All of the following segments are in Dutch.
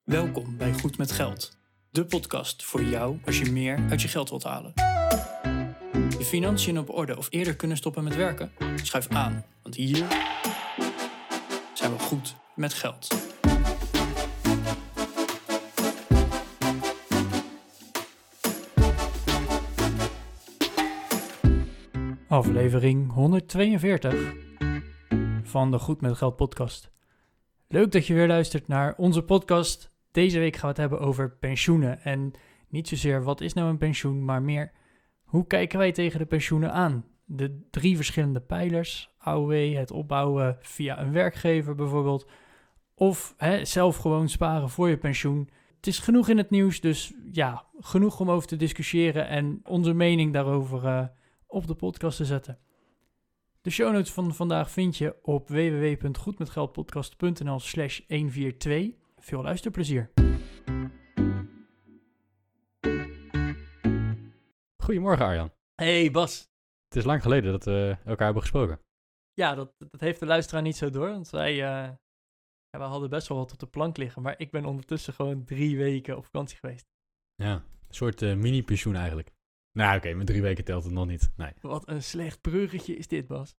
Welkom bij Goed met Geld, de podcast voor jou als je meer uit je geld wilt halen. Je financiën op orde of eerder kunnen stoppen met werken? Schuif aan, want hier zijn we goed met geld. Aflevering 142 van de Goed met Geld podcast. Leuk dat je weer luistert naar onze podcast. Deze week gaan we het hebben over pensioenen. En niet zozeer wat is nou een pensioen, maar meer hoe kijken wij tegen de pensioenen aan? De 3 verschillende pijlers, AOW, het opbouwen via een werkgever bijvoorbeeld. Of zelf gewoon sparen voor je pensioen. Het is genoeg in het nieuws, dus ja, genoeg om over te discussiëren en onze mening daarover op de podcast te zetten. De show notes van vandaag vind je op www.goedmetgeldpodcast.nl/142. Veel luisterplezier. Goedemorgen Arjan. Hey Bas. Het is lang geleden dat we elkaar hebben gesproken. Ja, dat heeft de luisteraar niet zo door, want wij hadden best wel wat op de plank liggen. Maar ik ben ondertussen gewoon 3 weken op vakantie geweest. Ja, een soort mini-pensioen eigenlijk. Nou oké, met 3 weken telt het nog niet. Nee. Wat een slecht bruggetje is dit, Bas.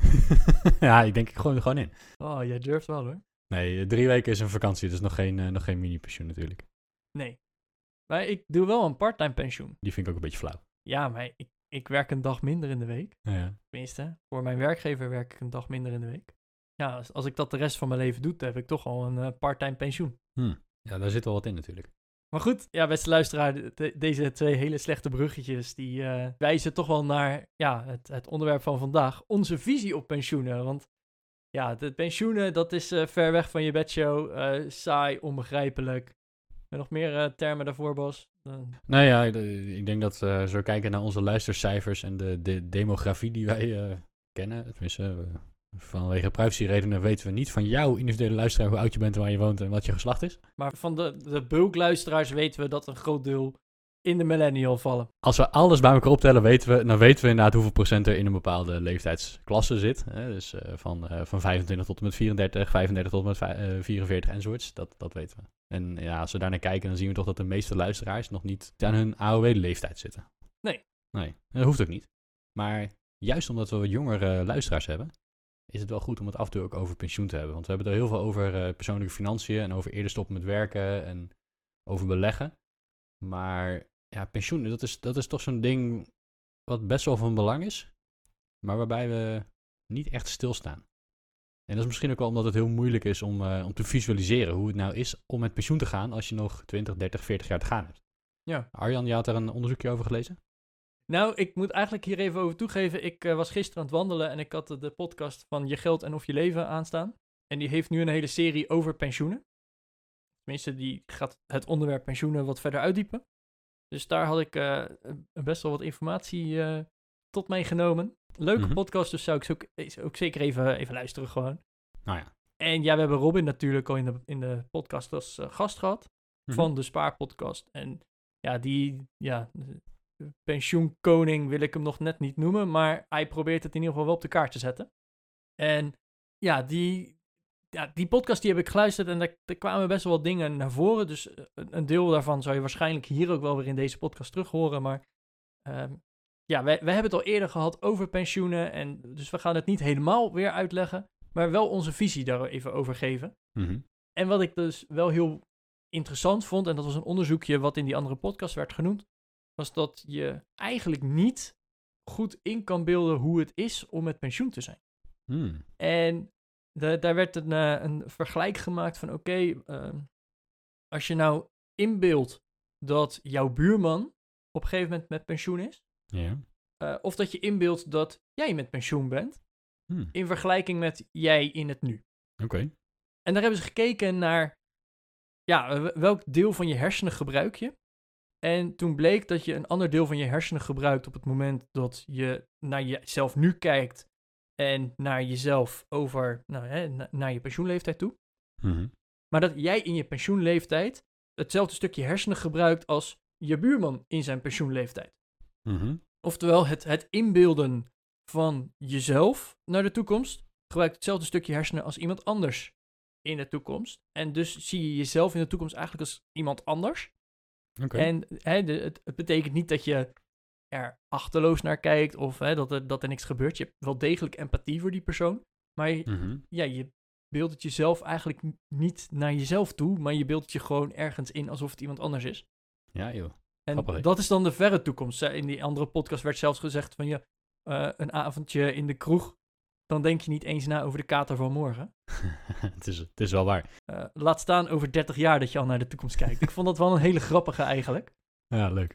Ja, ik denk ik gooi er gewoon in. Oh, jij durft wel hoor. Nee, 3 weken is een vakantie, dus nog geen mini-pensioen natuurlijk. Nee. Maar ik doe wel een parttime pensioen. Die vind ik ook een beetje flauw. Ja, maar ik werk een dag minder in de week. Ja. Tenminste, voor mijn werkgever werk ik een dag minder in de week. Ja, als ik dat de rest van mijn leven doe, dan heb ik toch al een parttime pensioen. Ja, daar zit wel wat in natuurlijk. Maar goed, ja, beste luisteraar, deze 2 hele slechte bruggetjes, die wijzen toch wel naar het onderwerp van vandaag. Onze visie op pensioenen. Want ja, de pensioenen, dat is ver weg van je bedshow. Saai, onbegrijpelijk. En nog meer termen daarvoor, Bas? Nou ja, ik denk dat zo kijken naar onze luistercijfers en de demografie die wij kennen. Tenminste, vanwege privacyredenen weten we niet van jouw individuele luisteraar hoe oud je bent en waar je woont en wat je geslacht is. Maar van de bulkluisteraars weten we dat een groot deel in de millennial vallen. Als we alles bij elkaar optellen, dan weten we inderdaad hoeveel procent er in een bepaalde leeftijdsklasse zit. Hè? Dus van 25 tot en met 34, 35 tot en met 44 enzovoorts. Dat weten we. En ja, als we daar naar kijken, dan zien we toch dat de meeste luisteraars nog niet aan hun AOW-leeftijd zitten. Nee, dat hoeft ook niet. Maar juist omdat we wat jongere luisteraars hebben, is het wel goed om het af en toe ook over pensioen te hebben. Want we hebben er heel veel over persoonlijke financiën en over eerder stoppen met werken en over beleggen. Maar ja, pensioen, dat is toch zo'n ding wat best wel van belang is, maar waarbij we niet echt stilstaan. En dat is misschien ook wel omdat het heel moeilijk is om te visualiseren hoe het nou is om met pensioen te gaan als je nog 20, 30, 40 jaar te gaan hebt. Ja. Arjan, je had daar een onderzoekje over gelezen? Nou, ik moet eigenlijk hier even over toegeven. Ik was gisteren aan het wandelen en ik had de podcast van Je Geld en Of Je Leven aanstaan. En die heeft nu een hele serie over pensioenen. Tenminste, die gaat het onderwerp pensioenen wat verder uitdiepen. Dus daar had ik best wel wat informatie tot mij genomen. Leuke podcast, dus zou ik ook zeker even luisteren gewoon. Nou ja. En ja, we hebben Robin natuurlijk al in de podcast als gast gehad. Van de Spaarpodcast. En ja, pensioenkoning wil ik hem nog net niet noemen, maar hij probeert het in ieder geval wel op de kaart te zetten. En ja, die podcast die heb ik geluisterd en daar kwamen best wel wat dingen naar voren. Dus een deel daarvan zou je waarschijnlijk hier ook wel weer in deze podcast terug horen. Maar we hebben het al eerder gehad over pensioenen en dus we gaan het niet helemaal weer uitleggen, maar wel onze visie daar even over geven. Mm-hmm. En wat ik dus wel heel interessant vond, en dat was een onderzoekje wat in die andere podcast werd genoemd, was dat je eigenlijk niet goed in kan beelden hoe het is om met pensioen te zijn. En daar werd een vergelijk gemaakt van als je nou inbeeldt dat jouw buurman op een gegeven moment met pensioen is, of dat je inbeeldt dat jij met pensioen bent, in vergelijking met jij in het nu. Oké. En daar hebben ze gekeken naar welk deel van je hersenen gebruik je. En toen bleek dat je een ander deel van je hersenen gebruikt op het moment dat je naar jezelf nu kijkt en naar jezelf naar je pensioenleeftijd toe. Mm-hmm. Maar dat jij in je pensioenleeftijd hetzelfde stukje hersenen gebruikt als je buurman in zijn pensioenleeftijd. Mm-hmm. Oftewel het inbeelden van jezelf naar de toekomst gebruikt hetzelfde stukje hersenen als iemand anders in de toekomst. En dus zie je jezelf in de toekomst eigenlijk als iemand anders. Oké. En het betekent niet dat je er achterloos naar kijkt of dat er niks gebeurt. Je hebt wel degelijk empathie voor die persoon. Maar je beeldt het jezelf eigenlijk niet naar jezelf toe, maar je beeldt het je gewoon ergens in alsof het iemand anders is. Ja, joh. En Grappig, hè? dat is dan de verre toekomst. In die andere podcast werd zelfs gezegd van een avondje in de kroeg, dan denk je niet eens na over de kater van morgen. Het is wel waar. Laat staan over 30 jaar dat je al naar de toekomst kijkt. Ik vond dat wel een hele grappige eigenlijk. Ja, leuk.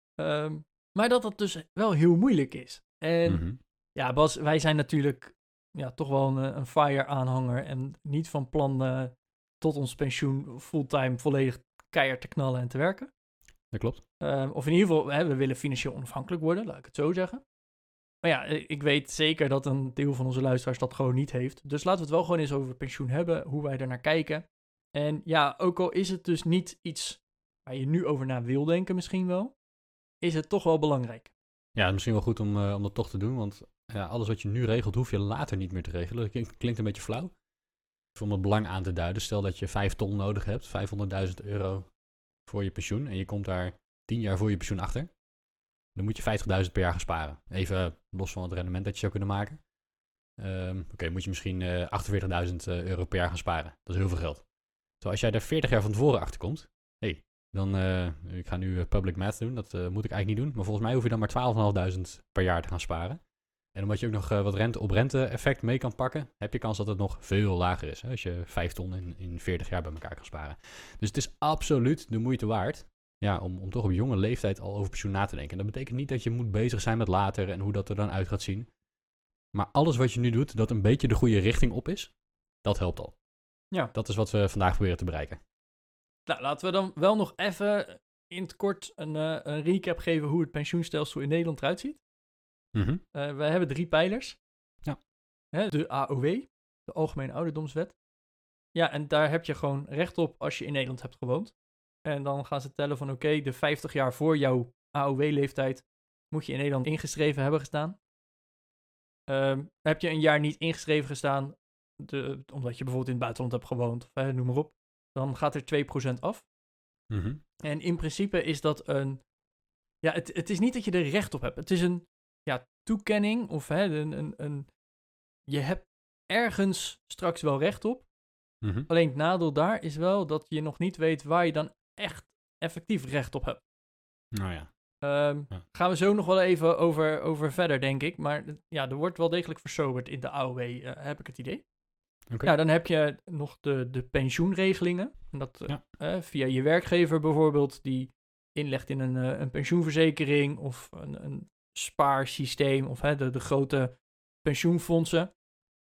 Maar dat het dus wel heel moeilijk is. En Mhm. ja, Bas, wij zijn natuurlijk toch wel een FIRE-aanhanger en niet van plan tot ons pensioen fulltime volledig keihard te knallen en te werken. Dat klopt. Of in ieder geval, we willen financieel onafhankelijk worden, laat ik het zo zeggen. Maar ja, ik weet zeker dat een deel van onze luisteraars dat gewoon niet heeft. Dus laten we het wel gewoon eens over pensioen hebben, hoe wij er naar kijken. En ja, ook al is het dus niet iets waar je nu over na wil denken misschien wel, is het toch wel belangrijk. Ja, misschien wel goed om dat toch te doen, want alles wat je nu regelt, hoef je later niet meer te regelen. Dat klinkt een beetje flauw. Om het belang aan te duiden, stel dat je 5 ton nodig hebt, €500.000 voor je pensioen, en je komt daar 10 jaar voor je pensioen achter, dan moet je $50.000 per jaar gaan sparen. Even los van het rendement dat je zou kunnen maken. Oké, moet je misschien €48.000 per jaar gaan sparen. Dat is heel veel geld. Terwijl als jij daar 40 jaar van tevoren achter komt, dan, ik ga nu public math doen, dat moet ik eigenlijk niet doen, maar volgens mij hoef je dan maar $12.500 per jaar te gaan sparen. En omdat je ook nog wat rente-op-rente effect mee kan pakken, heb je kans dat het nog veel lager is. Hè, als je 5 ton in 40 jaar bij elkaar kan sparen. Dus het is absoluut de moeite waard om toch op jonge leeftijd al over pensioen na te denken. En dat betekent niet dat je moet bezig zijn met later en hoe dat er dan uit gaat zien. Maar alles wat je nu doet, dat een beetje de goede richting op is, dat helpt al. Ja. Dat is wat we vandaag proberen te bereiken. Nou, laten we dan wel nog even in het kort een recap geven hoe het pensioenstelsel in Nederland eruit ziet. We hebben 3 pijlers. Ja. De AOW, de Algemene Ouderdomswet. Ja, en daar heb je gewoon recht op als je in Nederland hebt gewoond. En dan gaan ze tellen van oké, de 50 jaar voor jouw AOW-leeftijd moet je in Nederland ingeschreven hebben gestaan. Heb je een jaar niet ingeschreven gestaan, omdat je bijvoorbeeld in het buitenland hebt gewoond, of noem maar op, dan gaat er 2% af. En in principe is dat het is niet dat je er recht op hebt. Het is een toekenning of je hebt ergens straks wel recht op. Alleen het nadeel daar is wel dat je nog niet weet waar je dan echt effectief recht op hebt. Nou ja. Gaan we zo nog wel even over verder, denk ik. Maar er wordt wel degelijk versoberd in de AOW, heb ik het idee. Okay. Ja, dan heb je nog de pensioenregelingen. En dat via je werkgever bijvoorbeeld, die inlegt in een pensioenverzekering of een spaarsysteem of de grote pensioenfondsen.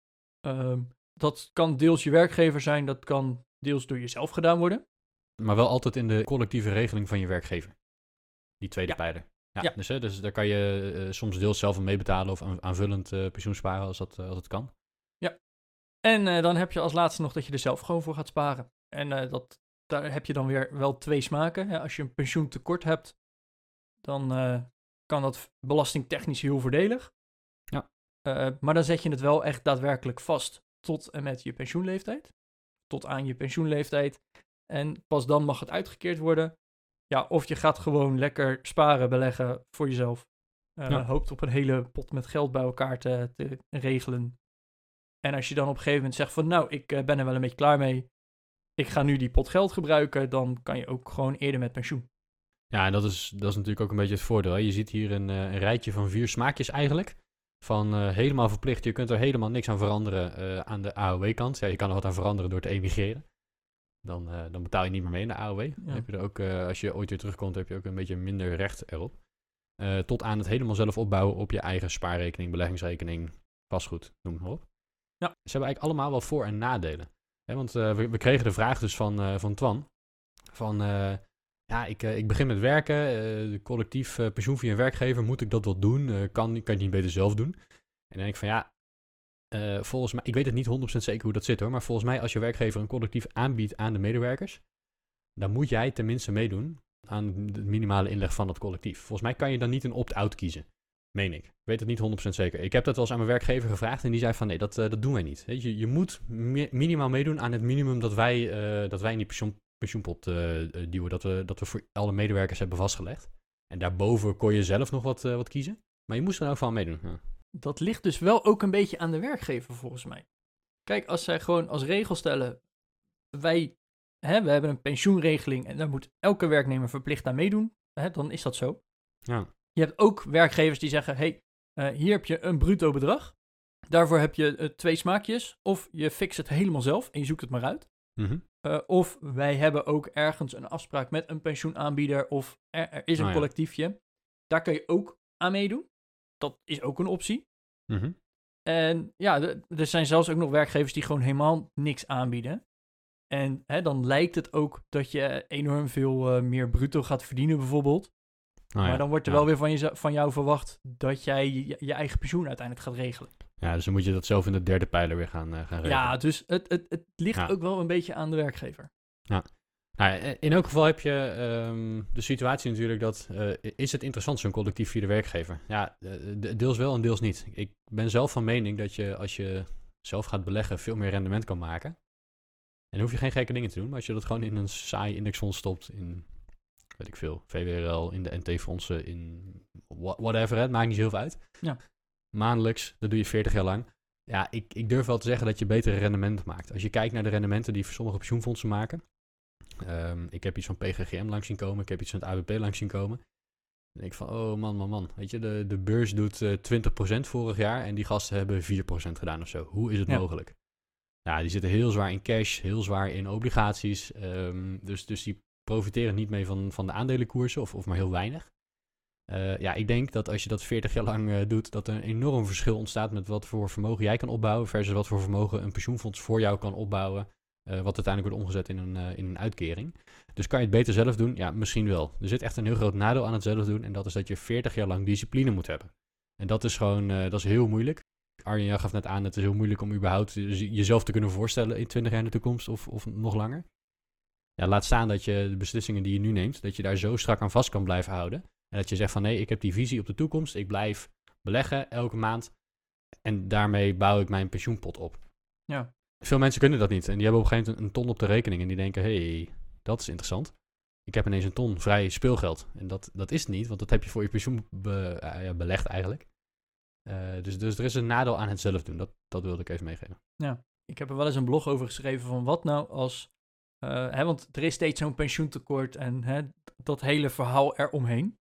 Dat kan deels je werkgever zijn, dat kan deels door jezelf gedaan worden. Maar wel altijd in de collectieve regeling van je werkgever. Die tweede pijler. Ja. Dus daar kan je soms deels zelf aan meebetalen of aanvullend pensioen sparen als dat kan. Ja. En dan heb je als laatste nog dat je er zelf gewoon voor gaat sparen. En daar heb je dan weer wel 2 smaken. Ja, als je een pensioentekort hebt, dan kan dat belastingtechnisch heel voordelig. Ja. Maar dan zet je het wel echt daadwerkelijk vast tot en met je pensioenleeftijd. Tot aan je pensioenleeftijd. En pas dan mag het uitgekeerd worden. Ja, of je gaat gewoon lekker sparen, beleggen voor jezelf. Hoopt op een hele pot met geld bij elkaar te regelen. En als je dan op een gegeven moment zegt van nou, ik ben er wel een beetje klaar mee. Ik ga nu die pot geld gebruiken. Dan kan je ook gewoon eerder met pensioen. Ja, en dat is natuurlijk ook een beetje het voordeel. Hè? Je ziet hier een rijtje van 4 smaakjes eigenlijk. Van helemaal verplicht, je kunt er helemaal niks aan veranderen aan de AOW-kant. Ja, je kan er wat aan veranderen door te emigreren. Dan betaal je niet meer mee in de AOW. Ja. Dan heb je er ook, als je ooit weer terugkomt, heb je ook een beetje minder recht erop. Tot aan het helemaal zelf opbouwen op je eigen spaarrekening, beleggingsrekening, vastgoed, noem het maar op. Ja. Ze hebben eigenlijk allemaal wel voor- en nadelen. Want we kregen de vraag dus van Twan. Ik begin met werken, collectief pensioen via een werkgever, moet ik dat wel doen? Kan je het niet beter zelf doen? En dan denk ik van volgens mij, ik weet het niet 100% zeker hoe dat zit hoor, maar volgens mij als je werkgever een collectief aanbiedt aan de medewerkers, dan moet jij tenminste meedoen aan de minimale inleg van dat collectief. Volgens mij kan je dan niet een opt-out kiezen. Meen ik. Ik weet het niet 100% zeker. Ik heb dat wel eens aan mijn werkgever gevraagd en die zei van nee, dat doen wij niet. Je moet minimaal meedoen aan het minimum dat wij in die pensioenpot duwen. Dat we voor alle medewerkers hebben vastgelegd. En daarboven kon je zelf nog wat kiezen. Maar je moest er ook van meedoen. Ja. Dat ligt dus wel ook een beetje aan de werkgever volgens mij. Kijk, als zij gewoon als regel stellen, we hebben een pensioenregeling en daar moet elke werknemer verplicht aan meedoen, dan is dat zo. Ja. Je hebt ook werkgevers die zeggen, hier heb je een bruto bedrag. Daarvoor heb je 2 smaakjes. Of je fixt het helemaal zelf en je zoekt het maar uit. Mm-hmm. Of wij hebben ook ergens een afspraak met een pensioenaanbieder. Of er is een collectiefje. Daar kun je ook aan meedoen. Dat is ook een optie. Mm-hmm. En ja, er zijn zelfs ook nog werkgevers die gewoon helemaal niks aanbieden. En dan lijkt het ook dat je enorm veel meer bruto gaat verdienen bijvoorbeeld. Maar dan wordt er wel weer van jou verwacht dat jij je eigen pensioen uiteindelijk gaat regelen. Ja, dus dan moet je dat zelf in de derde pijler weer gaan regelen. Ja, dus het ligt ook wel een beetje aan de werkgever. Ja. Nou, in elk geval heb je de situatie natuurlijk dat... is het interessant zo'n collectief via de werkgever? Ja, deels wel en deels niet. Ik ben zelf van mening dat je als je zelf gaat beleggen veel meer rendement kan maken. En dan hoef je geen gekke dingen te doen. Maar als je dat gewoon in een saai indexfonds stopt, in, weet ik veel, VWRL, in de NT-fondsen, in whatever, het maakt niet zoveel uit. Ja. Maandelijks, dat doe je 40 jaar lang. Ja, ik durf wel te zeggen dat je betere rendement maakt. Als je kijkt naar de rendementen die sommige pensioenfondsen maken. Ik heb iets van PGGM langs zien komen. Ik heb iets van het ABP langs zien komen. Dan denk ik van, oh man. Weet je, de beurs doet 20% vorig jaar en die gasten hebben 4% gedaan of zo. Hoe is het mogelijk? Ja, die zitten heel zwaar in cash, heel zwaar in obligaties. Dus die profiteren niet mee van de aandelenkoersen of maar heel weinig. Ik denk dat als je dat 40 jaar lang doet, dat er een enorm verschil ontstaat met wat voor vermogen jij kan opbouwen versus wat voor vermogen een pensioenfonds voor jou kan opbouwen, wat uiteindelijk wordt omgezet in een uitkering. Dus kan je het beter zelf doen? Ja, misschien wel. Er zit echt een heel groot nadeel aan het zelf doen en dat is dat je 40 jaar lang discipline moet hebben. En dat is gewoon, dat is heel moeilijk. Arjen, jij gaf net aan, het is heel moeilijk om überhaupt jezelf te kunnen voorstellen in 20 jaar in de toekomst of nog langer. Ja, laat staan dat je de beslissingen die je nu neemt, dat je daar zo strak aan vast kan blijven houden. En dat je zegt van nee, ik heb die visie op de toekomst. Ik blijf beleggen elke maand. En daarmee bouw ik mijn pensioenpot op. Ja. Veel mensen kunnen dat niet. En die hebben op een gegeven moment een ton op de rekening. En die denken, hey, dat is interessant. Ik heb ineens een ton vrij speelgeld. En dat is het niet, want dat heb je voor je pensioen belegd eigenlijk. Dus er is een nadeel aan het zelf doen. Dat wilde ik even meegeven. Ja, ik heb er wel eens een blog over geschreven van wat nou als... want er is steeds zo'n pensioentekort en dat hele verhaal eromheen.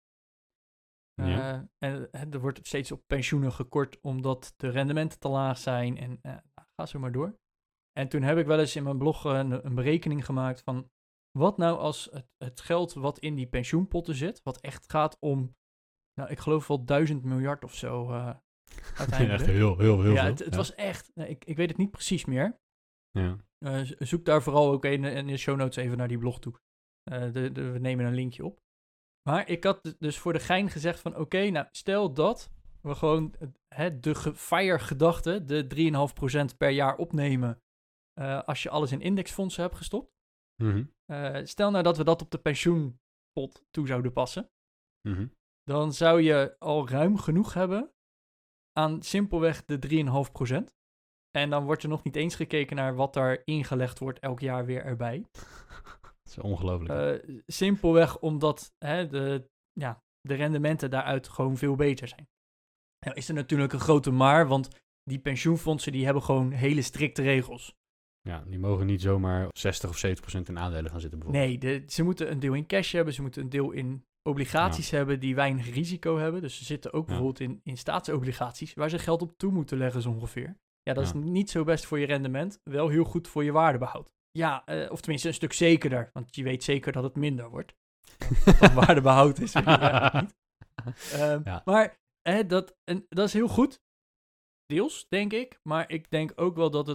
Ja. En er wordt steeds op pensioenen gekort omdat de rendementen te laag zijn en ga zo maar door. En toen heb ik wel eens in mijn blog een berekening gemaakt van wat nou als het geld wat in die pensioenpotten zit, wat echt gaat om, ik geloof wel 1000 miljard of zo uiteindelijk. Echt heel veel. Het was echt, ik weet het niet precies meer. Ja. Zoek daar vooral ook in de show notes even naar die blog toe. We nemen een linkje op. Maar ik had dus voor de gein gezegd van oké, stel dat we gewoon de FIRE-gedachte, de 3,5% per jaar opnemen als je alles in indexfondsen hebt gestopt. Mm-hmm. Stel nou dat we dat op de pensioenpot toe zouden passen. Mm-hmm. Dan zou je al ruim genoeg hebben aan simpelweg de 3,5%. En dan wordt er nog niet eens gekeken naar wat daar ingelegd wordt elk jaar weer erbij. Dat is ongelooflijk. Simpelweg omdat de rendementen daaruit gewoon veel beter zijn. Nou is er natuurlijk een grote maar, want die pensioenfondsen die hebben gewoon hele strikte regels. Ja, die mogen niet zomaar 60 of 70% in aandelen gaan zitten bijvoorbeeld. Nee, ze moeten een deel in cash hebben, ze moeten een deel in obligaties hebben die weinig risico hebben. Dus ze zitten ook bijvoorbeeld in staatsobligaties waar ze geld op toe moeten leggen zo ongeveer. Ja, dat is niet zo best voor je rendement, wel heel goed voor je waardebehoud. Ja, of tenminste een stuk zekerder, want je weet zeker dat het minder wordt. Wat waardebehoud is, weet je eigenlijk niet. Maar dat is heel goed, deels, denk ik. Maar ik denk ook wel dat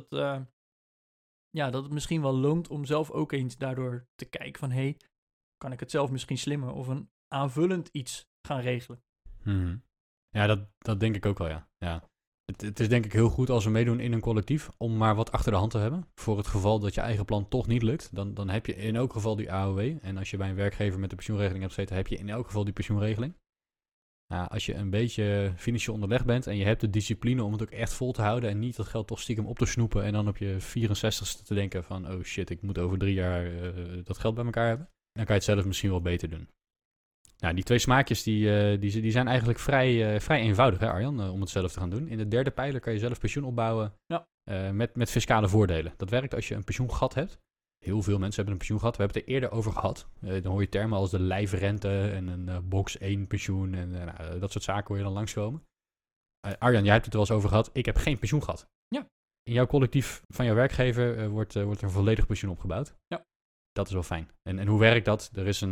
het misschien wel loont om zelf ook eens daardoor te kijken van kan ik het zelf misschien slimmer of een aanvullend iets gaan regelen? Hmm. Ja, dat denk ik ook wel, ja. Het is denk ik heel goed als we meedoen in een collectief om maar wat achter de hand te hebben. Voor het geval dat je eigen plan toch niet lukt, dan heb je in elk geval die AOW. En als je bij een werkgever met de pensioenregeling hebt gezeten, heb je in elk geval die pensioenregeling. Nou, als je een beetje financieel onderlegd bent en je hebt de discipline om het ook echt vol te houden en niet dat geld toch stiekem op te snoepen en dan op je 64ste te denken van, oh shit, ik moet over 3 jaar dat geld bij elkaar hebben, dan kan je het zelf misschien wel beter doen. Nou, die 2 smaakjes die zijn eigenlijk vrij eenvoudig, hè Arjan, om het zelf te gaan doen. In de 3e pijler kan je zelf pensioen opbouwen met fiscale voordelen. Dat werkt als je een pensioengat hebt. Heel veel mensen hebben een pensioengat. We hebben het er eerder over gehad. Dan hoor je termen als de lijfrente en een box 1 pensioen en dat soort zaken hoor je dan langskomen. Arjan, jij hebt het er wel eens over gehad. Ik heb geen pensioengat. Ja. In jouw collectief van jouw werkgever wordt er een volledig pensioen opgebouwd. Ja. Dat is wel fijn. En hoe werkt dat? Er is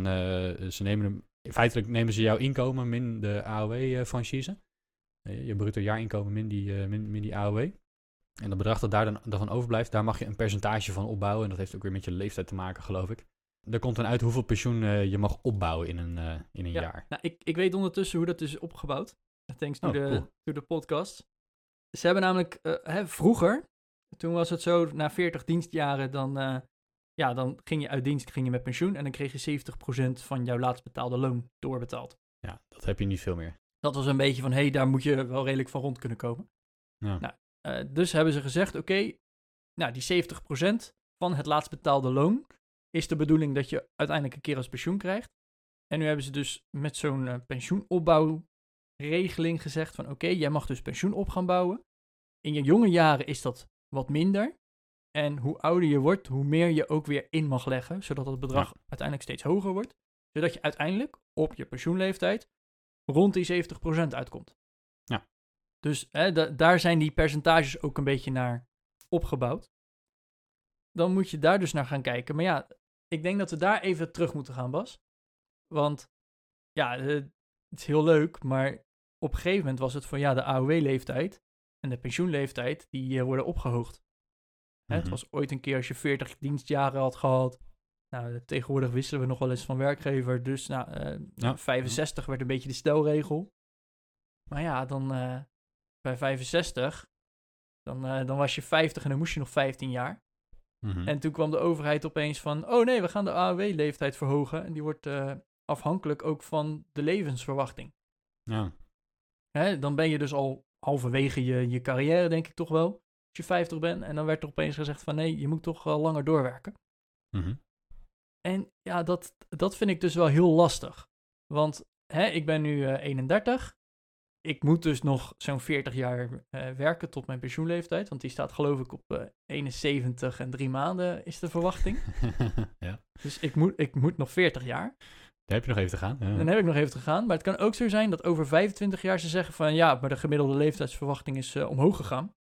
feitelijk nemen ze jouw inkomen min de AOW-franchise. Je bruto jaarinkomen min die AOW. En dat bedrag dat daarvan overblijft, daar mag je een percentage van opbouwen. En dat heeft ook weer met je leeftijd te maken, geloof ik. Er komt dan uit hoeveel pensioen je mag opbouwen in een jaar. Nou, ik weet ondertussen hoe dat is opgebouwd. Thanks to de podcast. Ze hebben namelijk vroeger, toen was het zo, na 40 dienstjaren, dan ging je uit dienst met pensioen en dan kreeg je 70% van jouw laatst betaalde loon doorbetaald. Ja, dat heb je niet veel meer. Dat was een beetje van, daar moet je wel redelijk van rond kunnen komen. Ja. Nou, dus hebben ze gezegd, oké, die 70% van het laatst betaalde loon is de bedoeling dat je uiteindelijk een keer als pensioen krijgt. En nu hebben ze dus met zo'n pensioenopbouwregeling gezegd van, oké, jij mag dus pensioen op gaan bouwen. In je jonge jaren is dat wat minder. En hoe ouder je wordt, hoe meer je ook weer in mag leggen, zodat het bedrag uiteindelijk steeds hoger wordt. Zodat je uiteindelijk op je pensioenleeftijd rond die 70% uitkomt. Ja. Dus daar zijn die percentages ook een beetje naar opgebouwd. Dan moet je daar dus naar gaan kijken. Maar ja, ik denk dat we daar even terug moeten gaan, Bas. Want ja, het is heel leuk, maar op een gegeven moment was het van de AOW-leeftijd en de pensioenleeftijd, die worden opgehoogd. Het was ooit een keer als je 40 dienstjaren had gehad. Nou, tegenwoordig wisselen we nog wel eens van werkgever. Dus 65 werd een beetje de stelregel. Maar ja, dan bij 65, dan was je 50 en dan moest je nog 15 jaar. En toen kwam de overheid opeens van, oh nee, we gaan de AOW-leeftijd verhogen. En die wordt afhankelijk ook van de levensverwachting. Ja. Dan ben je dus al halverwege je carrière, denk ik toch wel. Als je 50 bent. En dan werd er opeens gezegd van, nee, je moet toch langer doorwerken. En ja, dat vind ik dus wel heel lastig. Want ik ben nu 31. Ik moet dus nog zo'n 40 jaar werken tot mijn pensioenleeftijd. Want die staat geloof ik op 71 en 3 maanden is de verwachting. Ja. Dus ik moet nog 40 jaar. Daar heb je nog even te gaan. Ja. Dan heb ik nog even te gaan. Maar het kan ook zo zijn dat over 25 jaar ze zeggen van, ja, maar de gemiddelde leeftijdsverwachting is omhoog gegaan.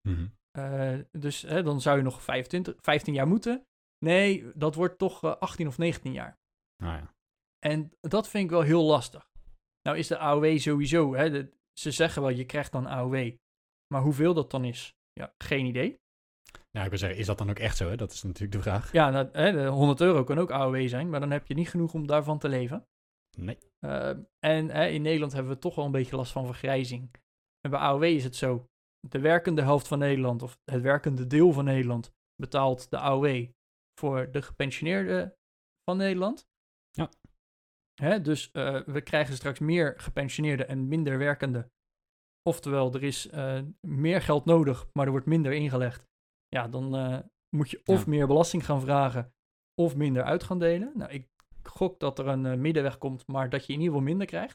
Dus dan zou je nog 15 jaar moeten. Nee, dat wordt toch 18 of 19 jaar. Ja. En dat vind ik wel heel lastig. Nou is de AOW sowieso, ze zeggen wel, je krijgt dan AOW. Maar hoeveel dat dan is, ja, geen idee. Ja, ik wil zeggen, is dat dan ook echt zo? Hè? Dat is natuurlijk de vraag. Ja, de 100 euro kan ook AOW zijn, maar dan heb je niet genoeg om daarvan te leven. Nee. En in Nederland hebben we toch wel een beetje last van vergrijzing. En bij AOW is het zo, de werkende helft van Nederland, of het werkende deel van Nederland, betaalt de AOW voor de gepensioneerden van Nederland. Ja. Dus we krijgen straks meer gepensioneerden en minder werkenden. Oftewel, er is meer geld nodig, maar er wordt minder ingelegd. Ja, dan moet je of meer belasting gaan vragen, of minder uit gaan delen. Nou, ik gok dat er een middenweg komt, maar dat je in ieder geval minder krijgt.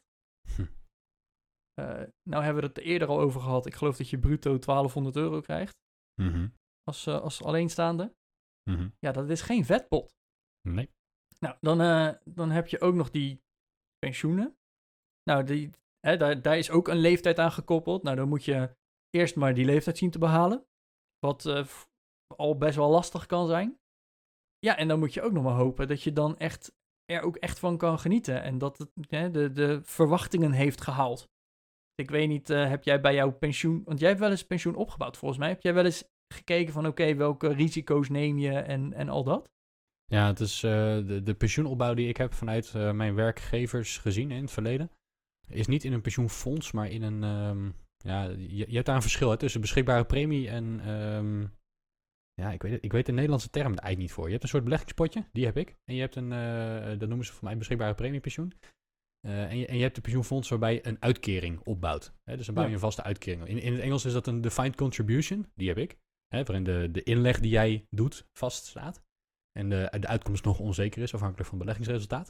Nou hebben we het eerder al over gehad. Ik geloof dat je bruto 1200 euro krijgt. Als alleenstaande. Ja, dat is geen vetpot. Nee. Nou, dan heb je ook nog die pensioenen. Nou, daar is ook een leeftijd aan gekoppeld. Nou, dan moet je eerst maar die leeftijd zien te behalen. Wat al best wel lastig kan zijn. Ja, en dan moet je ook nog maar hopen dat je dan er ook echt van kan genieten. En dat het de verwachtingen heeft gehaald. Ik weet niet, heb jij bij jouw pensioen... Want jij hebt wel eens pensioen opgebouwd volgens mij. Heb jij wel eens gekeken van oké, welke risico's neem je en al dat? Ja, het is de pensioenopbouw die ik heb vanuit mijn werkgevers gezien in het verleden. Is niet in een pensioenfonds, maar in een... je hebt daar een verschil tussen beschikbare premie en... ik weet de Nederlandse term eigenlijk niet voor. Je hebt een soort beleggingspotje, die heb ik. En je hebt dat noemen ze voor mij beschikbare premiepensioen. En je hebt de pensioenfonds waarbij je een uitkering opbouwt. Dus dan bouw je een vaste uitkering. In het Engels is dat een defined contribution. Die heb ik. Waarin de inleg die jij doet vaststaat. En de uitkomst nog onzeker is, afhankelijk van het beleggingsresultaat.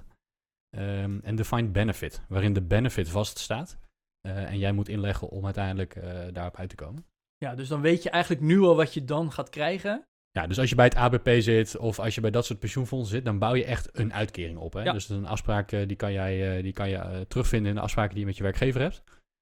En defined benefit, waarin de benefit vaststaat. En jij moet inleggen om uiteindelijk daarop uit te komen. Ja, dus dan weet je eigenlijk nu al wat je dan gaat krijgen. Ja, dus als je bij het ABP zit of als je bij dat soort pensioenfondsen zit, dan bouw je echt een uitkering op. Hè? Ja. Dus dat is een afspraak die kan je terugvinden in de afspraken die je met je werkgever hebt.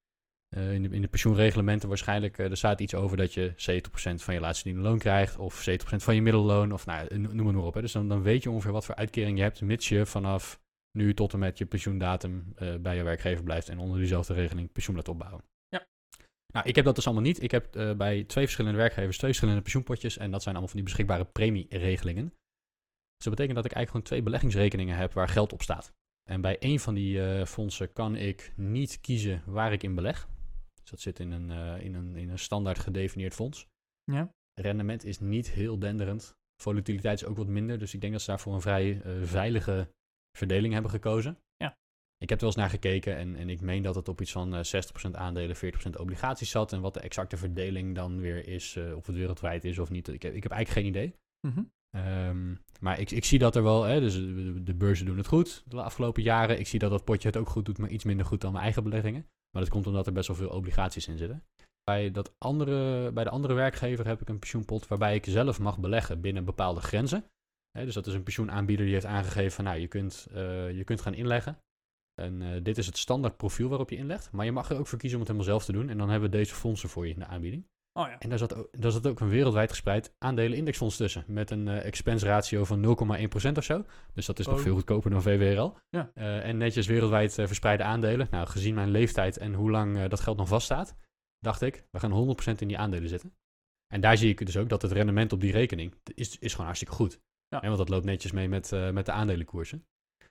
In de pensioenreglementen waarschijnlijk, er staat iets over dat je 70% van je laatst verdiende loon krijgt of 70% van je middelloon of noem maar op. Hè? Dus dan weet je ongeveer wat voor uitkering je hebt, mits je vanaf nu tot en met je pensioendatum bij je werkgever blijft en onder diezelfde regeling pensioen laat opbouwen. Ja. Nou, ik heb dat dus allemaal niet. Ik heb bij 2 verschillende werkgevers 2 verschillende pensioenpotjes en dat zijn allemaal van die beschikbare premieregelingen. Dus dat betekent dat ik eigenlijk gewoon 2 beleggingsrekeningen heb waar geld op staat. En bij 1 van die fondsen kan ik niet kiezen waar ik in beleg. Dus dat zit in een standaard gedefinieerd fonds. Ja. Rendement is niet heel denderend. Volatiliteit is ook wat minder. Dus ik denk dat ze daarvoor een vrij veilige verdeling hebben gekozen. Ja. Ik heb er wel eens naar gekeken en ik meen dat het op iets van 60% aandelen, 40% obligaties zat. En wat de exacte verdeling dan weer is, of het wereldwijd is of niet. Ik heb eigenlijk geen idee. Mm-hmm. Maar ik zie dat er wel, dus de beurzen doen het goed de afgelopen jaren. Ik zie dat potje het ook goed doet, maar iets minder goed dan mijn eigen beleggingen. Maar dat komt omdat er best wel veel obligaties in zitten. Bij de andere werkgever heb ik een pensioenpot waarbij ik zelf mag beleggen binnen bepaalde grenzen. Dus dat is een pensioenaanbieder die heeft aangegeven van nou, je kunt gaan inleggen. En dit is het standaard profiel waarop je inlegt. Maar je mag er ook voor kiezen om het helemaal zelf te doen. En dan hebben we deze fondsen voor je in de aanbieding. Oh ja. En daar zat ook een wereldwijd gespreid aandelen-indexfonds tussen. Met een expense ratio van 0,1% of zo. Dus dat is nog veel goedkoper dan VWRL. Ja. En netjes wereldwijd verspreide aandelen. Nou, gezien mijn leeftijd en hoe lang dat geld nog vaststaat, dacht ik, we gaan 100% in die aandelen zitten. En daar zie ik dus ook dat het rendement op die rekening is gewoon hartstikke goed. Ja. Want dat loopt netjes mee met de aandelenkoersen.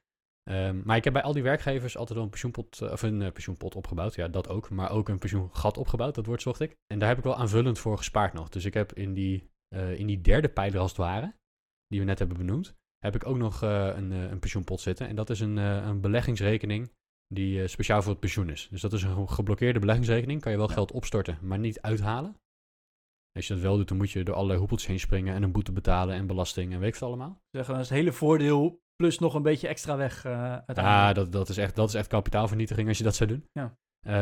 Maar ik heb bij al die werkgevers altijd wel een pensioenpot opgebouwd. Ja, dat ook. Maar ook een pensioengat opgebouwd. Dat woord zocht ik. En daar heb ik wel aanvullend voor gespaard nog. Dus ik heb in die derde pijler als het ware, die we net hebben benoemd, heb ik ook nog een pensioenpot zitten. En dat is een beleggingsrekening die speciaal voor het pensioen is. Dus dat is een geblokkeerde beleggingsrekening. Kan je wel geld opstorten, maar niet uithalen. Als je dat wel doet, dan moet je door allerlei hoepeltjes heen springen en een boete betalen en belasting en weet ik het allemaal. Zeggen, dat is het hele voordeel plus nog een beetje extra weg uiteindelijk. Ja, dat is echt kapitaalvernietiging als je dat zou doen. Ja.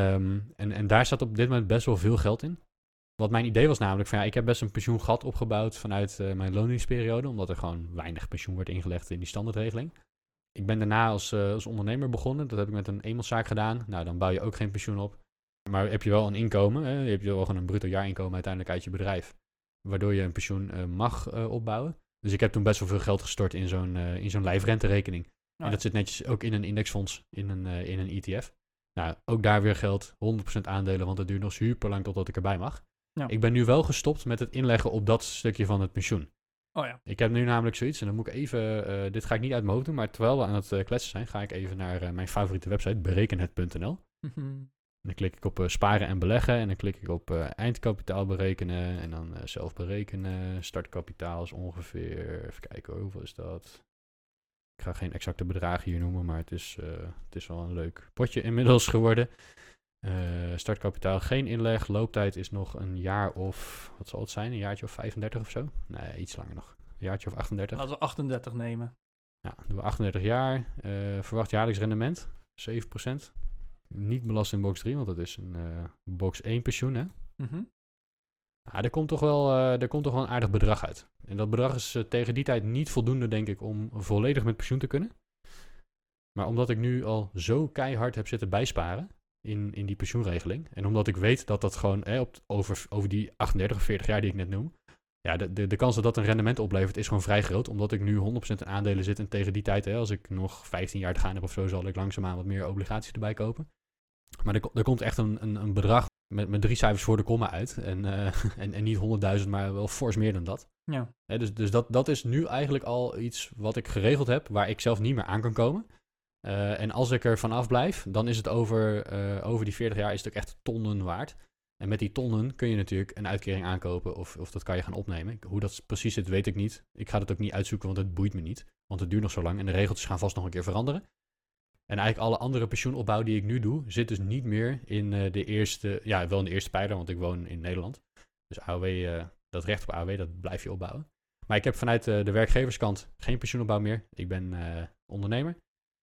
En daar staat op dit moment best wel veel geld in. Wat mijn idee was namelijk van ik heb best een pensioengat opgebouwd vanuit mijn loningsperiode, omdat er gewoon weinig pensioen werd ingelegd in die standaardregeling. Ik ben daarna als ondernemer begonnen. Dat heb ik met een eenmanszaak gedaan. Nou, dan bouw je ook geen pensioen op. Maar heb je wel een inkomen, je hebt wel gewoon een bruto jaarinkomen uiteindelijk uit je bedrijf, waardoor je een pensioen mag opbouwen. Dus ik heb toen best wel veel geld gestort in zo'n lijfrenterekening. Ja. En dat zit netjes ook in een indexfonds, in een ETF. Nou, ook daar weer geld, 100% aandelen, want het duurt nog super lang totdat ik erbij mag. Ja. Ik ben nu wel gestopt met het inleggen op dat stukje van het pensioen. Oh ja. Ik heb nu namelijk zoiets, en dan moet ik even, dit ga ik niet uit mijn hoofd doen, maar terwijl we aan het kletsen zijn, ga ik even naar mijn favoriete website, berekenhet.nl. Mm-hmm. Dan klik ik op sparen en beleggen en dan klik ik op eindkapitaal berekenen en dan zelf berekenen. Startkapitaal is ongeveer, even kijken hoeveel is dat? Ik ga geen exacte bedragen hier noemen, maar het is wel een leuk potje inmiddels geworden. Startkapitaal geen inleg, looptijd is nog een jaar of, wat zal het zijn, een jaartje of 35 of zo? Nee, iets langer nog, een jaartje of 38. Laten we 38 nemen. Ja, doen we 38 jaar, verwacht jaarlijks rendement, 7%. Niet belast in box 3, want dat is een box 1 pensioen, hè? Mm-hmm. Er komt toch wel een aardig bedrag uit. En dat bedrag is tegen die tijd niet voldoende, denk ik, om volledig met pensioen te kunnen. Maar omdat ik nu al zo keihard heb zitten bijsparen in die pensioenregeling, en omdat ik weet dat dat gewoon over die 38 of 40 jaar die ik net noem, ja, de kans dat dat een rendement oplevert is gewoon vrij groot, omdat ik nu 100% in aandelen zit en tegen die tijd, als ik nog 15 jaar te gaan heb of zo, zal ik langzaamaan wat meer obligaties erbij kopen. Maar er komt echt een bedrag met 3 cijfers voor de komma uit. En niet 100.000, maar wel fors meer dan dat. Ja. Dus dat is nu eigenlijk al iets wat ik geregeld heb, waar ik zelf niet meer aan kan komen. En als ik er vanaf blijf, dan is het over die 40 jaar is het ook echt tonnen waard. En met die tonnen kun je natuurlijk een uitkering aankopen of dat kan je gaan opnemen. Hoe dat precies zit, weet ik niet. Ik ga dat ook niet uitzoeken, want het boeit me niet. Want het duurt nog zo lang en de regeltjes gaan vast nog een keer veranderen. En eigenlijk alle andere pensioenopbouw die ik nu doe, zit dus niet meer in de eerste... Ja, wel in de eerste pijler, want ik woon in Nederland. Dus AOW, dat recht op AOW, dat blijf je opbouwen. Maar ik heb vanuit de werkgeverskant geen pensioenopbouw meer. Ik ben ondernemer.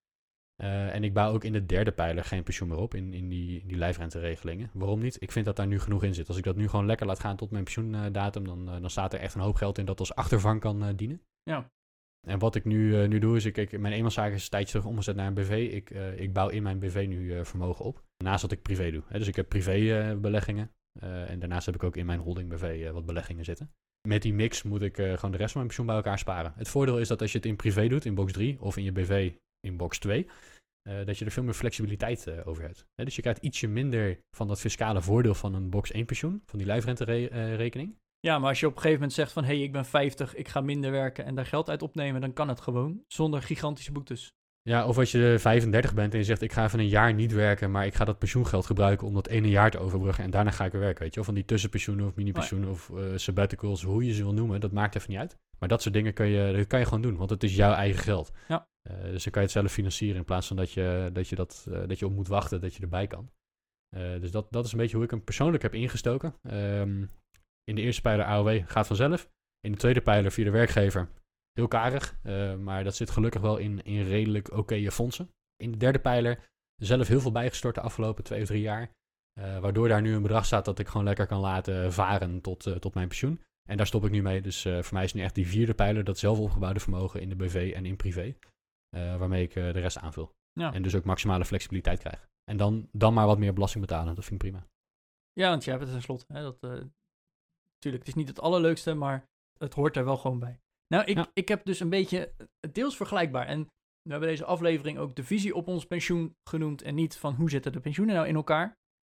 En ik bouw ook in de derde pijler geen pensioen meer op, in die lijfrenteregelingen. Waarom niet? Ik vind dat daar nu genoeg in zit. Als ik dat nu gewoon lekker laat gaan tot mijn pensioendatum, dan staat er echt een hoop geld in dat als achtervang kan dienen. Ja. En wat ik nu doe, is mijn eenmanszaak is een tijdje terug omgezet naar een BV. Ik bouw in mijn BV nu vermogen op. Naast wat ik privé doe. Dus ik heb privé beleggingen. En daarnaast heb ik ook in mijn holding BV wat beleggingen zitten. Met die mix moet ik gewoon de rest van mijn pensioen bij elkaar sparen. Het voordeel is dat als je het in privé doet, in box 3, of in je BV in box 2... dat je er veel meer flexibiliteit over hebt. Dus je krijgt ietsje minder van dat fiscale voordeel van een box 1 pensioen, van die lijfrenterekening. Ja, maar als je op een gegeven moment zegt van, hey, ik ben 50, ik ga minder werken en daar geld uit opnemen, dan kan het gewoon, zonder gigantische boetes. Ja, of als je 35 bent en je zegt, ik ga even een jaar niet werken, maar ik ga dat pensioengeld gebruiken om dat ene jaar te overbruggen en daarna ga ik weer werken, weet je. Of van die tussenpensioenen of mini-pensioenen of sabbaticals, hoe je ze wil noemen, dat maakt even niet uit. Maar dat soort dingen kan je gewoon doen, want het is jouw eigen geld. Ja. Dus dan kan je het zelf financieren in plaats van dat je op moet wachten dat je erbij kan. Dus dat is een beetje hoe ik hem persoonlijk heb ingestoken. In de eerste pijler AOW gaat vanzelf. In de tweede pijler via de werkgever heel karig. Maar dat zit gelukkig wel in redelijk oké fondsen. In de derde pijler zelf heel veel bijgestort de afgelopen 2 of 3 jaar. Waardoor daar nu een bedrag staat dat ik gewoon lekker kan laten varen tot mijn pensioen. En daar stop ik nu mee. Dus voor mij is nu echt die vierde pijler, dat zelf opgebouwde vermogen in de BV en in privé. Waarmee ik de rest aanvul. Ja. En dus ook maximale flexibiliteit krijg. En dan maar wat meer belasting betalen. Dat vind ik prima. Ja, want je hebt het tenslotte. Natuurlijk, het is niet het allerleukste, maar het hoort er wel gewoon bij. Nou, ik heb dus een beetje deels vergelijkbaar. En we hebben deze aflevering ook de visie op ons pensioen genoemd. En niet van hoe zitten de pensioenen nou in elkaar.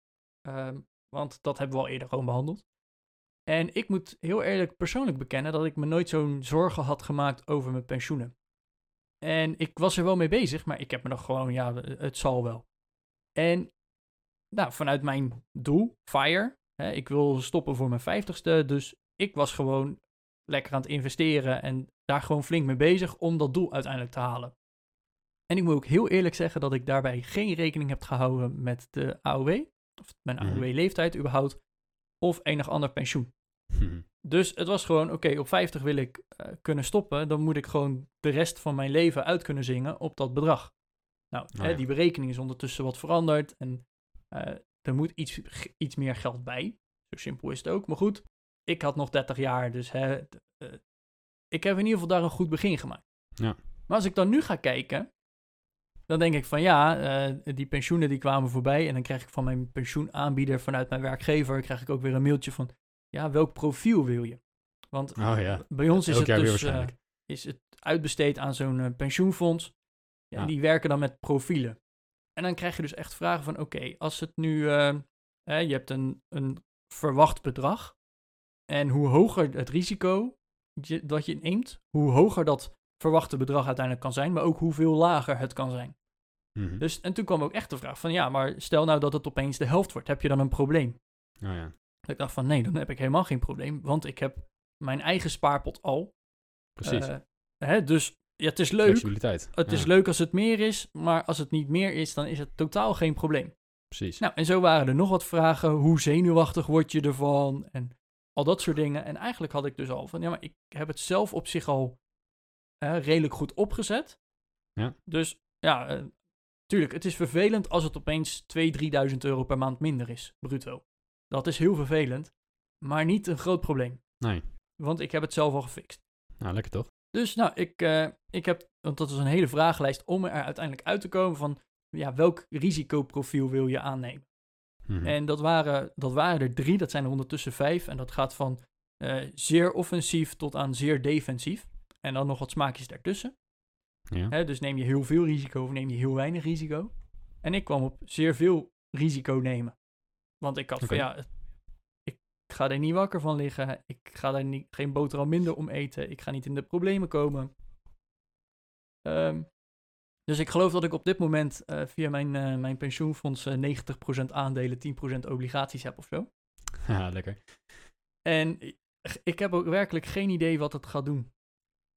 Want dat hebben we al eerder gewoon behandeld. En ik moet heel eerlijk persoonlijk bekennen dat ik me nooit zo'n zorgen had gemaakt over mijn pensioenen. En ik was er wel mee bezig, maar ik heb me nog gewoon, ja, het zal wel. En nou, vanuit mijn doel, FIRE, ik wil stoppen voor mijn 50ste, dus ik was gewoon lekker aan het investeren en daar gewoon flink mee bezig om dat doel uiteindelijk te halen. En ik moet ook heel eerlijk zeggen dat ik daarbij geen rekening heb gehouden met de AOW, of mijn AOW-leeftijd überhaupt, of enig ander pensioen. Dus het was gewoon, oké, op 50 wil ik kunnen stoppen, dan moet ik gewoon de rest van mijn leven uit kunnen zingen op dat bedrag. Nou, die berekening is ondertussen wat veranderd en er moet iets meer geld bij. Zo simpel is het ook. Maar goed, ik had nog 30 jaar, dus ik heb in ieder geval daar een goed begin gemaakt. Ja. Maar als ik dan nu ga kijken, dan denk ik van ja, die pensioenen die kwamen voorbij en dan krijg ik van mijn pensioenaanbieder vanuit mijn werkgever, krijg ik ook weer een mailtje van, ja, welk profiel wil je? Want bij ons is het is het uitbesteed aan zo'n pensioenfonds. Ja, en die werken dan met profielen. En dan krijg je dus echt vragen van, oké, als het nu, je hebt een verwacht bedrag. En hoe hoger het risico dat je neemt, hoe hoger dat verwachte bedrag uiteindelijk kan zijn, maar ook hoeveel lager het kan zijn. Mm-hmm. Dus, en toen kwam ook echt de vraag van, ja, maar stel nou dat het opeens de helft wordt, heb je dan een probleem? Oh, ja. Ik dacht van, nee, dan heb ik helemaal geen probleem, want ik heb mijn eigen spaarpot al. Precies. Dus ja, het is leuk. Het is leuk als het meer is, maar als het niet meer is, dan is het totaal geen probleem. Precies. Nou, en zo waren er nog wat vragen. Hoe zenuwachtig word je ervan? En al dat soort dingen. En eigenlijk had ik dus al van, ja, maar ik heb het zelf op zich al redelijk goed opgezet. Ja. Dus ja, tuurlijk, het is vervelend als het opeens 2.000-3.000 euro per maand minder is, bruto. Dat is heel vervelend, maar niet een groot probleem. Nee. Want ik heb het zelf al gefixt. Nou, lekker toch? Dus nou, ik heb, want dat was een hele vragenlijst om er uiteindelijk uit te komen van, ja, welk risicoprofiel wil je aannemen? Mm-hmm. En dat waren er 3, dat zijn er ondertussen 5. En dat gaat van zeer offensief tot aan zeer defensief. En dan nog wat smaakjes daartussen. Ja. Dus neem je heel veel risico of neem je heel weinig risico? En ik kwam op zeer veel risico nemen. Want ik had van ja, ik ga er niet wakker van liggen. Ik ga daar geen boterham minder om eten. Ik ga niet in de problemen komen. Dus ik geloof dat ik op dit moment via mijn pensioenfonds 90% aandelen, 10% obligaties heb of zo. Ja, lekker. En ik heb ook werkelijk geen idee wat het gaat doen.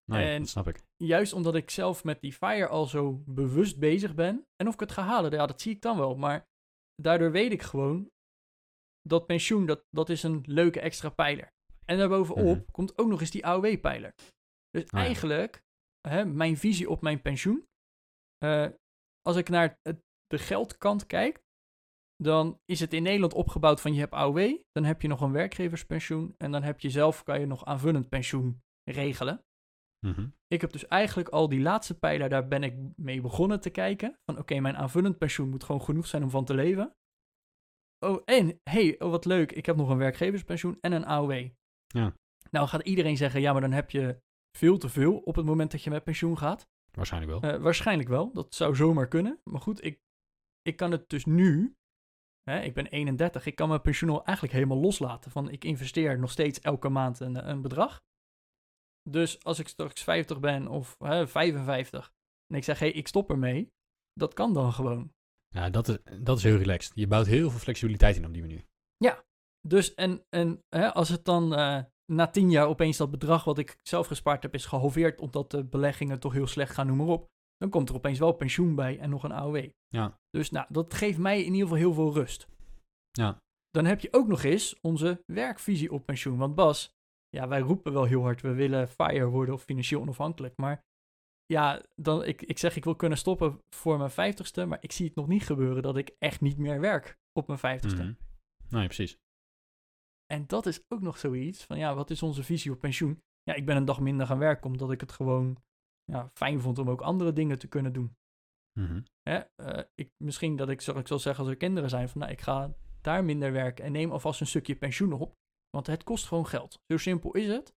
Nee, En dat snap ik. juist omdat ik zelf met die FIRE al zo bewust bezig ben. En of ik het ga halen, ja, dat zie ik dan wel. Maar daardoor weet ik gewoon dat pensioen, dat is een leuke extra pijler. En daarbovenop komt ook nog eens die AOW-pijler. Dus eigenlijk, mijn visie op mijn pensioen. Als ik naar de geldkant kijk, dan is het in Nederland opgebouwd van je hebt AOW, dan heb je nog een werkgeverspensioen en dan heb je zelf, kan je nog aanvullend pensioen regelen. Ik heb dus eigenlijk al die laatste pijler, daar ben ik mee begonnen te kijken. Van oké, mijn aanvullend pensioen moet gewoon genoeg zijn om van te leven. Oh, en wat leuk, ik heb nog een werkgeverspensioen en een AOW. Ja. Nou gaat iedereen zeggen, ja, maar dan heb je veel te veel op het moment dat je met pensioen gaat. Waarschijnlijk wel. Waarschijnlijk wel, dat zou zomaar kunnen. Maar goed, ik kan het dus nu, ik ben 31, ik kan mijn pensioen al eigenlijk helemaal loslaten. Van ik investeer nog steeds elke maand een bedrag. Dus als ik straks 50 ben of 55 en ik zeg, ik stop ermee, dat kan dan gewoon. Ja, dat is heel relaxed. Je bouwt heel veel flexibiliteit in op die manier. Ja, dus en als het dan na 10 jaar opeens dat bedrag wat ik zelf gespaard heb is gehalveerd omdat de beleggingen toch heel slecht gaan, noem maar op, dan komt er opeens wel pensioen bij en nog een AOW. Ja. Dus dat geeft mij in ieder geval heel veel rust. Ja. Dan heb je ook nog eens onze werkvisie op pensioen. Want Bas, ja, wij roepen wel heel hard, we willen FIRE worden of financieel onafhankelijk. Maar ja, dan, ik zeg ik wil kunnen stoppen voor mijn 50ste, maar ik zie het nog niet gebeuren dat ik echt niet meer werk op mijn 50ste. Nee, precies. En dat is ook nog zoiets van, ja, wat is onze visie op pensioen? Ja, ik ben een dag minder gaan werken omdat ik het gewoon fijn vond om ook andere dingen te kunnen doen. Misschien dat ik zal zeggen als er kinderen zijn van, ik ga daar minder werken en neem alvast een stukje pensioen op, want het kost gewoon geld. Zo simpel is het.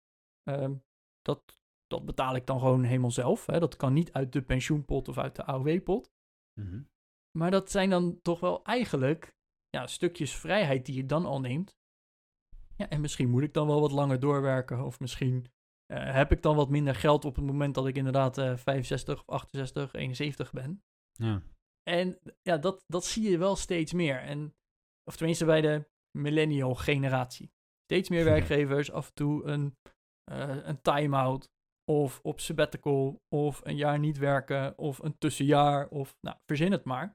Dat betaal ik dan gewoon helemaal zelf. Dat kan niet uit de pensioenpot of uit de AOW-pot. Maar dat zijn dan toch wel eigenlijk stukjes vrijheid die je dan al neemt. Ja, en misschien moet ik dan wel wat langer doorwerken. Of misschien heb ik dan wat minder geld op het moment dat ik inderdaad 65 of 68, 71 ben. Ja. En ja, dat zie je wel steeds meer. Of tenminste bij de millennial generatie. Steeds meer werkgevers, af en toe een time-out. Of op sabbatical. Of een jaar niet werken. Of een tussenjaar. Of verzin het maar.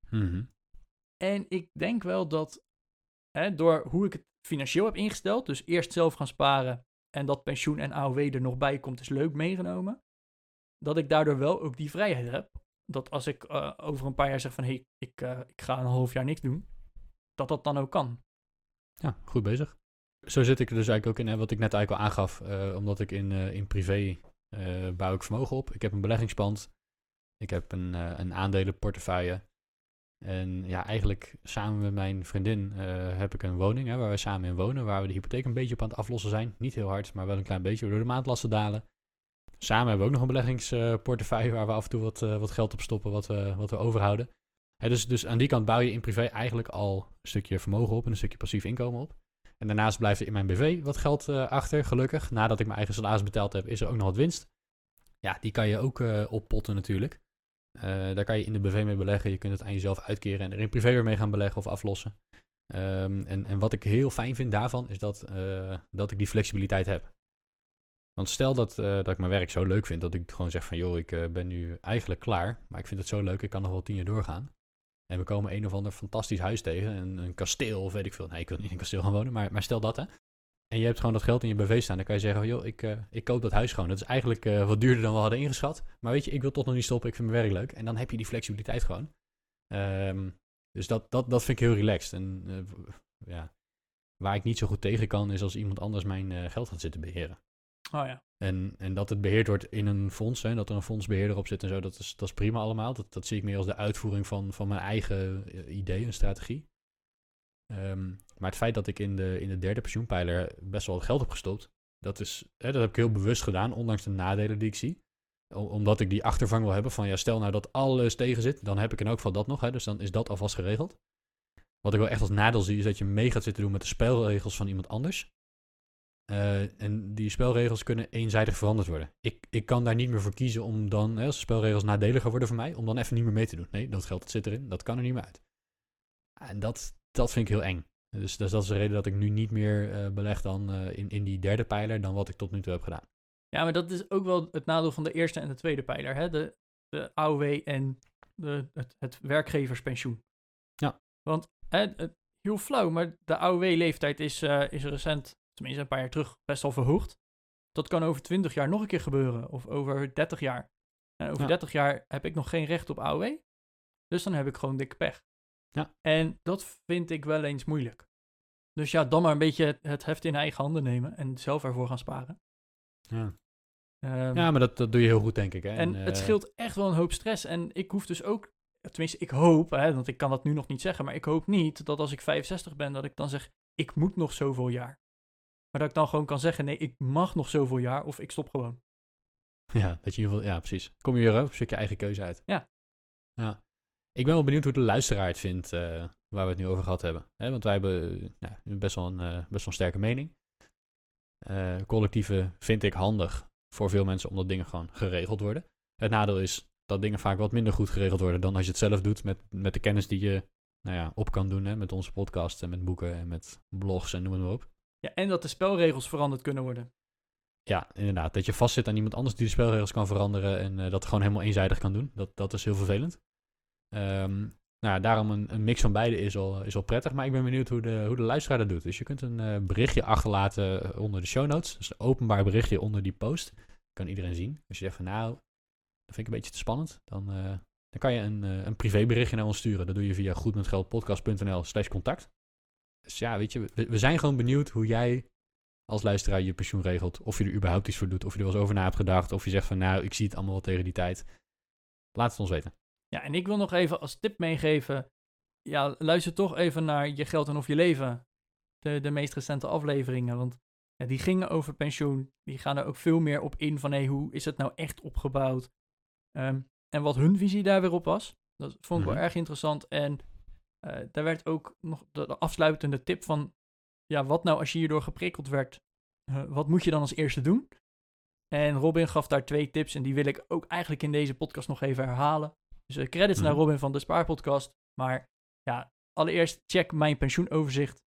En ik denk wel dat door hoe ik het financieel heb ingesteld, dus eerst zelf gaan sparen en dat pensioen en AOW er nog bij komt, is leuk meegenomen, dat ik daardoor wel ook die vrijheid heb. Dat als ik over een paar jaar zeg van, ik ga een half jaar niks doen, dat dan ook kan. Ja, goed bezig. Zo zit ik er dus eigenlijk ook in, wat ik net eigenlijk al aangaf, omdat ik in privé bouw ik vermogen op. Ik heb een beleggingspand, ik heb een aandelenportefeuille. En ja, eigenlijk samen met mijn vriendin heb ik een woning waar we samen in wonen, waar we de hypotheek een beetje op aan het aflossen zijn. Niet heel hard, maar wel een klein beetje, waardoor de maandlasten dalen. Samen hebben we ook nog een beleggingsportefeuille waar we af en toe wat geld op stoppen, wat we overhouden. Dus aan die kant bouw je in privé eigenlijk al een stukje vermogen op en een stukje passief inkomen op. En daarnaast blijft er in mijn BV wat geld achter, gelukkig. Nadat ik mijn eigen salaris betaald heb, is er ook nog wat winst. Ja, die kan je ook oppotten natuurlijk. Daar kan je in de BV mee beleggen. Je kunt het aan jezelf uitkeren en er in privé weer mee gaan beleggen of aflossen. En wat ik heel fijn vind daarvan is dat ik die flexibiliteit heb. Want stel dat ik mijn werk zo leuk vind dat ik gewoon zeg van joh, ik ben nu eigenlijk klaar. Maar ik vind het zo leuk, ik kan nog wel 10 jaar doorgaan. En we komen een of ander fantastisch huis tegen. Een kasteel of weet ik veel. Nee, ik wil niet in een kasteel gaan wonen, maar stel dat hè. En je hebt gewoon dat geld in je BV staan. Dan kan je zeggen, joh, ik koop dat huis gewoon. Dat is eigenlijk wat duurder dan we hadden ingeschat. Maar weet je, ik wil toch nog niet stoppen. Ik vind mijn werk leuk. En dan heb je die flexibiliteit gewoon. Dus dat vind ik heel relaxed. En waar ik niet zo goed tegen kan, is als iemand anders mijn geld gaat zitten beheren. Oh ja. En dat het beheerd wordt in een fonds. Hè, dat er een fondsbeheerder op zit en zo. Dat is prima allemaal. Dat zie ik meer als de uitvoering van mijn eigen idee en strategie. Maar het feit dat ik in de derde pensioenpijler best wel wat geld heb gestopt, dat heb ik heel bewust gedaan, ondanks de nadelen die ik zie. Omdat ik die achtervang wil hebben van, ja, stel nou dat alles tegen zit, dan heb ik in elk geval dat nog. Hè, dus dan is dat alvast geregeld. Wat ik wel echt als nadeel zie, is dat je mee gaat zitten doen met de spelregels van iemand anders. En die spelregels kunnen eenzijdig veranderd worden. Ik kan daar niet meer voor kiezen om dan, als de spelregels nadeliger worden voor mij, om dan even niet meer mee te doen. Nee, dat geld dat zit erin, dat kan er niet meer uit. En dat vind ik heel eng. Dus dat is de reden dat ik nu niet meer beleg dan in die derde pijler dan wat ik tot nu toe heb gedaan. Ja, maar dat is ook wel het nadeel van de eerste en de tweede pijler. Hè? De AOW en het werkgeverspensioen. Ja. Want heel flauw, maar de AOW-leeftijd is recent, tenminste een paar jaar terug, best wel verhoogd. Dat kan over 20 jaar nog een keer gebeuren. Of over 30 jaar. En over 30 jaar heb ik nog geen recht op AOW. Dus dan heb ik gewoon dikke pech. Ja. En dat vind ik wel eens moeilijk. Dus ja, dan maar een beetje het heft in eigen handen nemen. En zelf ervoor gaan sparen. Ja. Ja, maar dat doe je heel goed, denk ik. Hè? En het scheelt echt wel een hoop stress. En ik hoef dus ook, tenminste ik hoop, want ik kan dat nu nog niet zeggen, maar ik hoop niet dat als ik 65 ben, dat ik dan zeg, ik moet nog zoveel jaar. Maar dat ik dan gewoon kan zeggen, nee, ik mag nog zoveel jaar of ik stop gewoon. Ja, dat je in ieder geval, ja, precies. Kom je weer op, zoek je eigen keuze uit. Ja. Ik ben wel benieuwd hoe de luisteraar het vindt waar we het nu over gehad hebben. Want wij hebben best wel een sterke mening. Collectieven vind ik handig voor veel mensen, omdat dingen gewoon geregeld worden. Het nadeel is dat dingen vaak wat minder goed geregeld worden dan als je het zelf doet met de kennis die je op kan doen. Hè, met onze podcast en met boeken en met blogs en noem het maar op. Ja, en dat de spelregels veranderd kunnen worden. Ja, inderdaad. Dat je vastzit aan iemand anders die de spelregels kan veranderen en dat gewoon helemaal eenzijdig kan doen. Dat is heel vervelend. Daarom een mix van beide is al prettig. Maar ik ben benieuwd hoe de luisteraar dat doet. Dus je kunt een berichtje achterlaten onder de show notes. Dus een openbaar berichtje onder die post. Kan iedereen zien. Als je zegt van dat vind ik een beetje te spannend. Dan kan je een privéberichtje naar ons sturen. Dat doe je via goedmetgeldpodcast.nl/contact. Dus ja, weet je, we zijn gewoon benieuwd hoe jij als luisteraar je pensioen regelt. Of je er überhaupt iets voor doet. Of je er wel eens over na hebt gedacht. Of je zegt van ik zie het allemaal wel tegen die tijd. Laat het ons weten. Ja, en ik wil nog even als tip meegeven. Ja, luister toch even naar Je Geld en Of Je Leven. De meest recente afleveringen. Want die gingen over pensioen. Die gaan er ook veel meer op in van hoe is het nou echt opgebouwd. En wat hun visie daar weer op was. Dat vond ik wel erg interessant. En daar werd ook nog de afsluitende tip van. Ja, wat nou als je hierdoor geprikkeld werd? Wat moet je dan als eerste doen? En Robin gaf daar 2 tips. En die wil ik ook eigenlijk in deze podcast nog even herhalen. Dus credits naar Robin van de Spaarpodcast. Maar ja, allereerst check mijn pensioenoverzicht.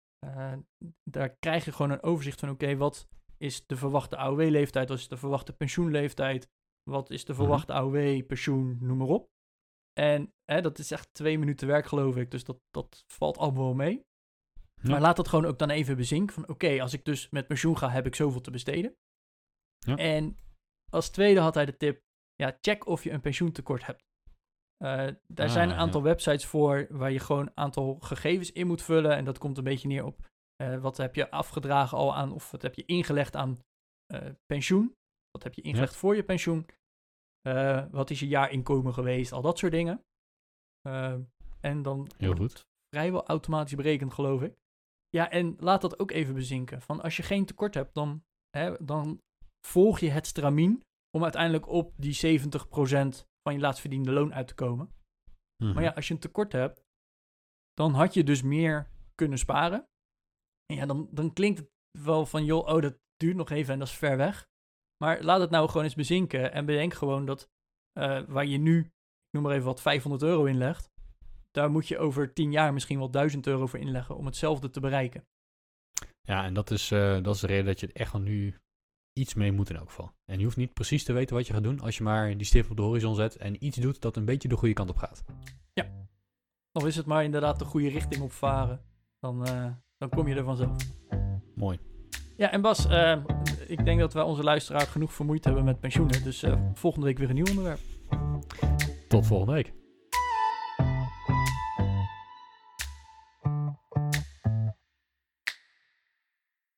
Daar krijg je gewoon een overzicht van oké, wat is de verwachte AOW-leeftijd? Wat is de verwachte pensioenleeftijd? Wat is de verwachte AOW, pensioen, noem maar op. En dat is echt 2 minuten werk, geloof ik. Dus dat valt allemaal wel mee. Ja. Maar laat dat gewoon ook dan even bezinken. Van oké, als ik dus met pensioen ga, heb ik zoveel te besteden. Ja. En als tweede had hij de tip, check of je een pensioentekort hebt. Daar zijn een aantal websites voor waar je gewoon een aantal gegevens in moet vullen. En dat komt een beetje neer op wat heb je afgedragen al aan, of wat heb je ingelegd aan pensioen. Wat heb je ingelegd voor je pensioen. Wat is je jaarinkomen geweest, al dat soort dingen. En dan heel goed. Vrijwel automatisch berekend, geloof ik. Ja, en laat dat ook even bezinken. Van als je geen tekort hebt, dan volg je het stramien om uiteindelijk op die 70% van je laatst verdiende loon uit te komen. Maar ja, als je een tekort hebt, dan had je dus meer kunnen sparen. En ja, dan klinkt het wel van, dat duurt nog even en dat is ver weg. Maar laat het nou gewoon eens bezinken en bedenk gewoon dat waar je nu, ik noem maar even wat, €500 inlegt, daar moet je over 10 jaar misschien wel €1000 voor inleggen om hetzelfde te bereiken. Ja, en dat is de reden dat je er echt wel nu iets mee moet in elk geval. En je hoeft niet precies te weten wat je gaat doen als je maar die stip op de horizon zet en iets doet dat een beetje de goede kant op gaat. Ja, of is het maar inderdaad de goede richting opvaren, dan kom je er vanzelf. Mooi. Ja, en Bas, ik denk dat wij onze luisteraar genoeg vermoeid hebben met pensioenen, dus volgende week weer een nieuw onderwerp. Tot volgende week.